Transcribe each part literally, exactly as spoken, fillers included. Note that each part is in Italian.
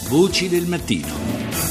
Voci del mattino.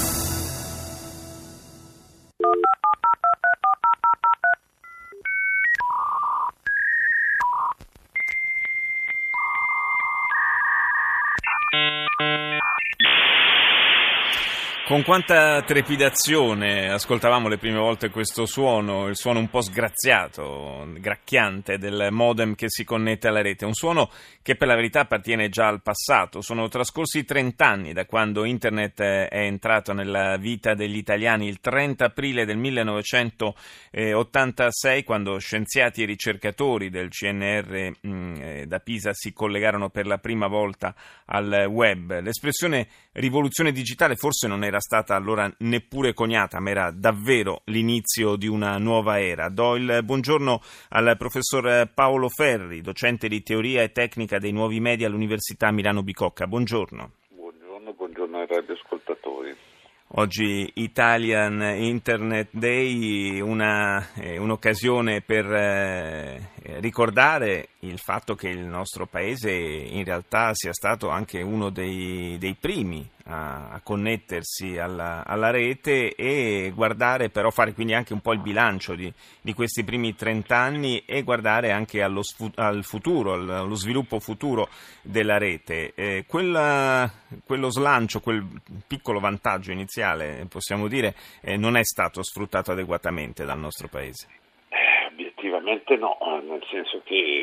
Con quanta trepidazione ascoltavamo le prime volte questo suono, il suono un po' sgraziato, gracchiante del modem che si connette alla rete, un suono che per la verità appartiene già al passato. Sono trascorsi trent'anni da quando internet è entrato nella vita degli italiani, il trenta aprile del millenovecentottantasei, quando scienziati e ricercatori del C N R mh, da Pisa si collegarono per la prima volta al web. L'espressione rivoluzione digitale forse non era stata allora neppure coniata, ma era davvero l'inizio di una nuova era. Do il buongiorno al professor Paolo Ferri, docente di teoria e tecnica dei nuovi media all'Università Milano Bicocca. Buongiorno. Buongiorno, buongiorno ai radioascoltatori. Oggi Italian Internet Day, una, eh, un'occasione per eh, ricordare il fatto che il nostro paese in realtà sia stato anche uno dei, dei primi a, a connettersi alla, alla rete, e guardare però, fare quindi anche un po' il bilancio di, di questi primi trent'anni e guardare anche allo sfu- al futuro, allo sviluppo futuro della rete. Eh, quella, quello slancio, quel piccolo vantaggio iniziale, possiamo dire, eh, non è stato sfruttato adeguatamente dal nostro paese. Eh, obiettivamente no, nel senso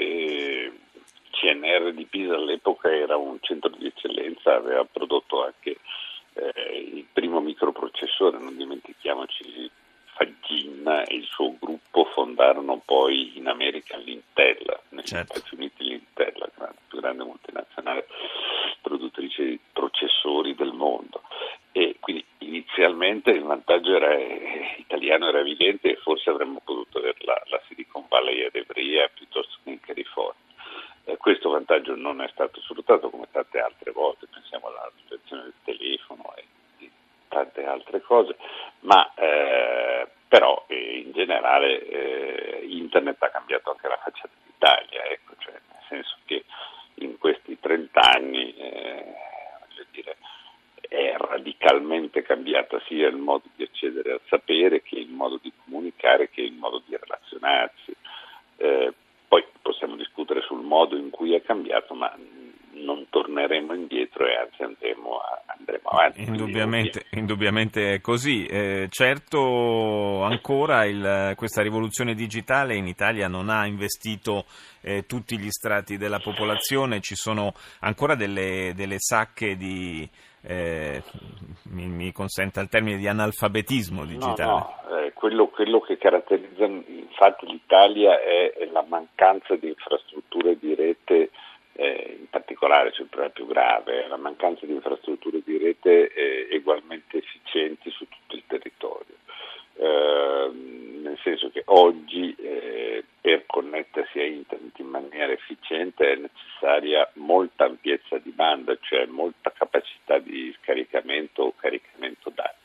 che C N R di Pisa all'epoca era un centro di eccellenza, aveva prodotto anche eh, il primo microprocessore, non dimentichiamoci. Fagin e il suo gruppo fondarono poi in America l'Intel, negli certo. Stati Uniti l'Intel, la più grande multinazionale produttrice di processori del mondo, e quindi inizialmente il vantaggio era eh, italiano, era evidente, e forse avremmo potuto avere la, la Silicon Valley ad Ivrea piuttosto che in California. Eh, questo vantaggio non è stato sfruttato come tante altre volte, pensiamo alla situazione del telefono e di tante altre cose, ma eh, però eh, in generale eh, internet ha cambiato anche la faccia dell'Italia, ecco, cioè nel senso che in questi trent'anni eh, voglio dire, è radicalmente cambiato sia il modo di accedere al sapere, che il modo di comunicare, che il modo di relazionarsi. Eh, poi possiamo discutere sul modo in cui è cambiato, ma non torneremo indietro e anzi andremo, a, andremo avanti. Indubbiamente, indubbiamente è così. Eh, certo, ancora il, questa rivoluzione digitale in Italia non ha investito eh, tutti gli strati della popolazione, ci sono ancora delle, delle sacche di, eh, mi, mi consenta il termine, di analfabetismo digitale. No, no, eh, quello, quello che caratterizza infatti l'Italia è, è la mancanza di infrastrutture di rete. Eh, in particolare, cioè il problema più grave è la mancanza di infrastrutture di rete eh, ugualmente efficienti su tutto il territorio, eh, nel senso che oggi eh, per connettersi a internet in maniera efficiente è necessaria molta ampiezza di banda, cioè molta capacità di scaricamento o caricamento dati,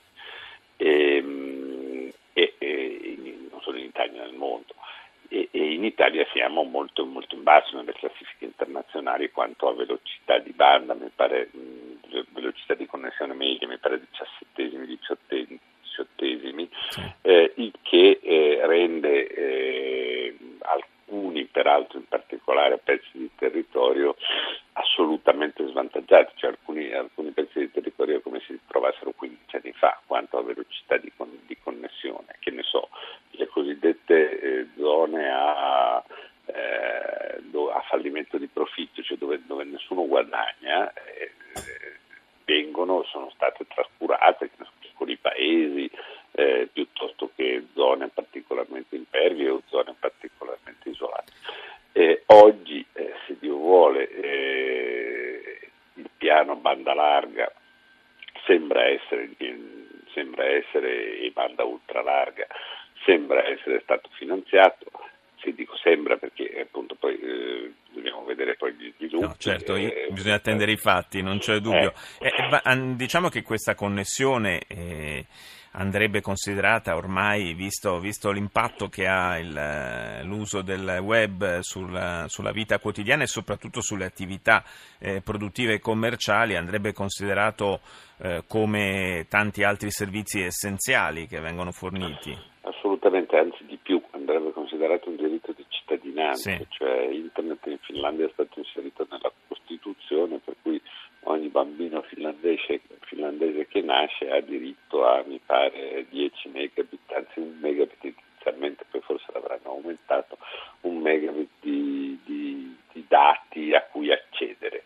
e, e, e non solo in Italia, nel mondo. E in Italia siamo molto molto in basso nelle classifiche internazionali quanto a velocità di banda, mi pare mh, velocità di connessione media, mi pare diciassettesimi, diciottesimi, diciottesimi sì. eh, il che eh, rende eh, alcuni, peraltro in particolare pezzi di territorio, assolutamente svantaggiati, cioè alcuni, alcuni pezzi di territorio come se si trovassero quindici anni fa quanto a velocità di, con, di connessione, che ne so, le cosiddette eh, zone a, eh, do, a fallimento di profitto, cioè dove, dove nessuno guadagna, eh, vengono, sono state trascurate, che ne so, piccoli paesi, eh, piuttosto che zone particolarmente impervie o zone particolarmente isolate. Eh, oggi, eh, se Dio vuole, eh, il piano banda larga sembra essere, sembra essere e banda ultralarga sembra essere stato finanziato. Se dico sembra perché appunto poi eh, dobbiamo vedere poi gli sviluppi. No, certo, e, bisogna attendere i fatti, non c'è dubbio. Eh. Eh, va, diciamo che questa connessione eh, andrebbe considerata ormai, visto, visto l'impatto che ha il, l'uso del web sulla, sulla vita quotidiana e soprattutto sulle attività eh, produttive e commerciali, andrebbe considerato eh, come tanti altri servizi essenziali che vengono forniti. Assolutamente, anzi di più, andrebbe considerato un diritto di cittadinanza, sì. Cioè internet in Finlandia è stato inserito nella Costituzione, per cui ogni bambino finlandese, finlandese che nasce ha diritto a, mi pare, dieci megabit, anzi un megabit inizialmente, poi forse l'avranno aumentato, un megabit di, di, di dati a cui accedere.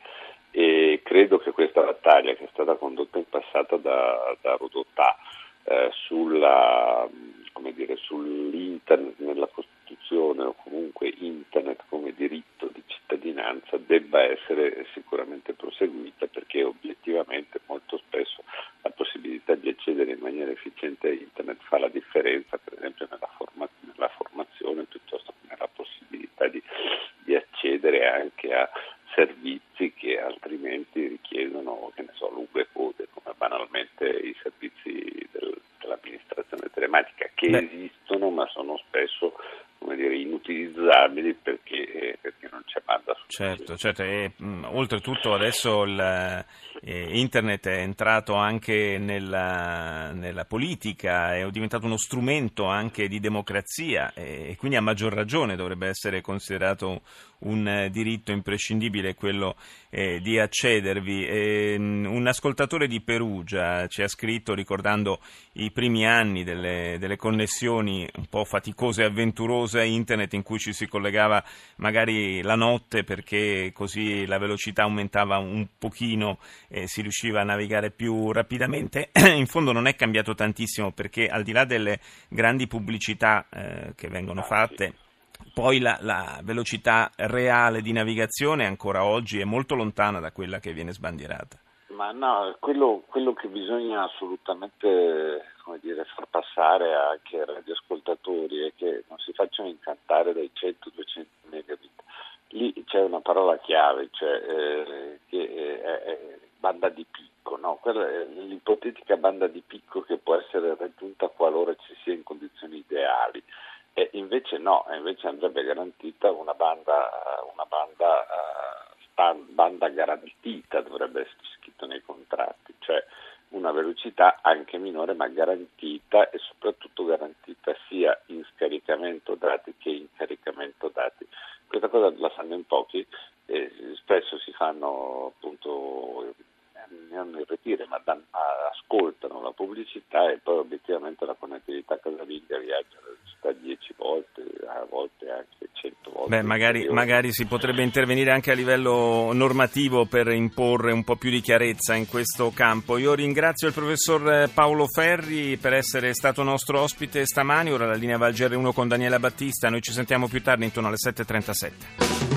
E credo che questa battaglia, che è stata condotta in passato da, da Rodotà eh, sulla, come dire, sull'internet nella Costituzione, o comunque internet come diritto di cittadinanza, debba essere sicuramente proseguita, perché obiettivamente molto spesso la possibilità di accedere in maniera efficiente a internet fa la differenza, per esempio nella, forma, nella formazione, piuttosto che nella possibilità di, di accedere anche a servizi che altrimenti richiedono, che ne so, lunghe code, come banalmente i servizi del, dell'amministrazione telematica, che Beh. esistono ma sono spesso, come dire, inutilizzabili perché, eh, perché non c'è banda sufficiente. Certo, certo. E, mh, oltretutto adesso il, eh, internet è entrato anche nella, nella politica, è diventato uno strumento anche di democrazia e, e quindi a maggior ragione dovrebbe essere considerato un eh, diritto imprescindibile quello eh, di accedervi. E, mh, un ascoltatore di Perugia ci ha scritto ricordando i primi anni delle, delle connessioni un po' faticose e avventurose a internet, in cui ci si collegava magari la notte perché così la velocità aumentava un pochino e si riusciva a navigare più rapidamente. In fondo non è cambiato tantissimo, perché al di là delle grandi pubblicità eh, che vengono fatte, poi la, la velocità reale di navigazione ancora oggi è molto lontana da quella che viene sbandierata. Ma no, quello, quello che bisogna assolutamente, come dire, far passare anche ai radioascoltatori è che non si facciano incantare dai cento duecento megabit. Lì c'è una parola chiave, cioè eh, che è, è banda di picco, no? Quella è l'ipotetica banda di picco che può essere raggiunta qualora ci sia in condizioni ideali. E invece no, invece andrebbe garantita una banda, una banda uh, banda garantita, dovrebbe essere scritto nei contratti, cioè una velocità anche minore ma garantita, e soprattutto garantita sia in scaricamento dati che in caricamento dati. Questa cosa la sanno in pochi, e spesso si fanno appunto non irretire, ma dan, ascoltano la pubblicità e poi obiettivamente la connettività casalinga viaggia a velocità dieci volte, a volte anche cento volte. Beh, magari, magari si potrebbe intervenire anche a livello normativo per imporre un po' più di chiarezza in questo campo. Io ringrazio il professor Paolo Ferri per essere stato nostro ospite stamani. Ora la linea va al G R uno con Daniela Battista. Noi ci sentiamo più tardi intorno alle sette e trentasette.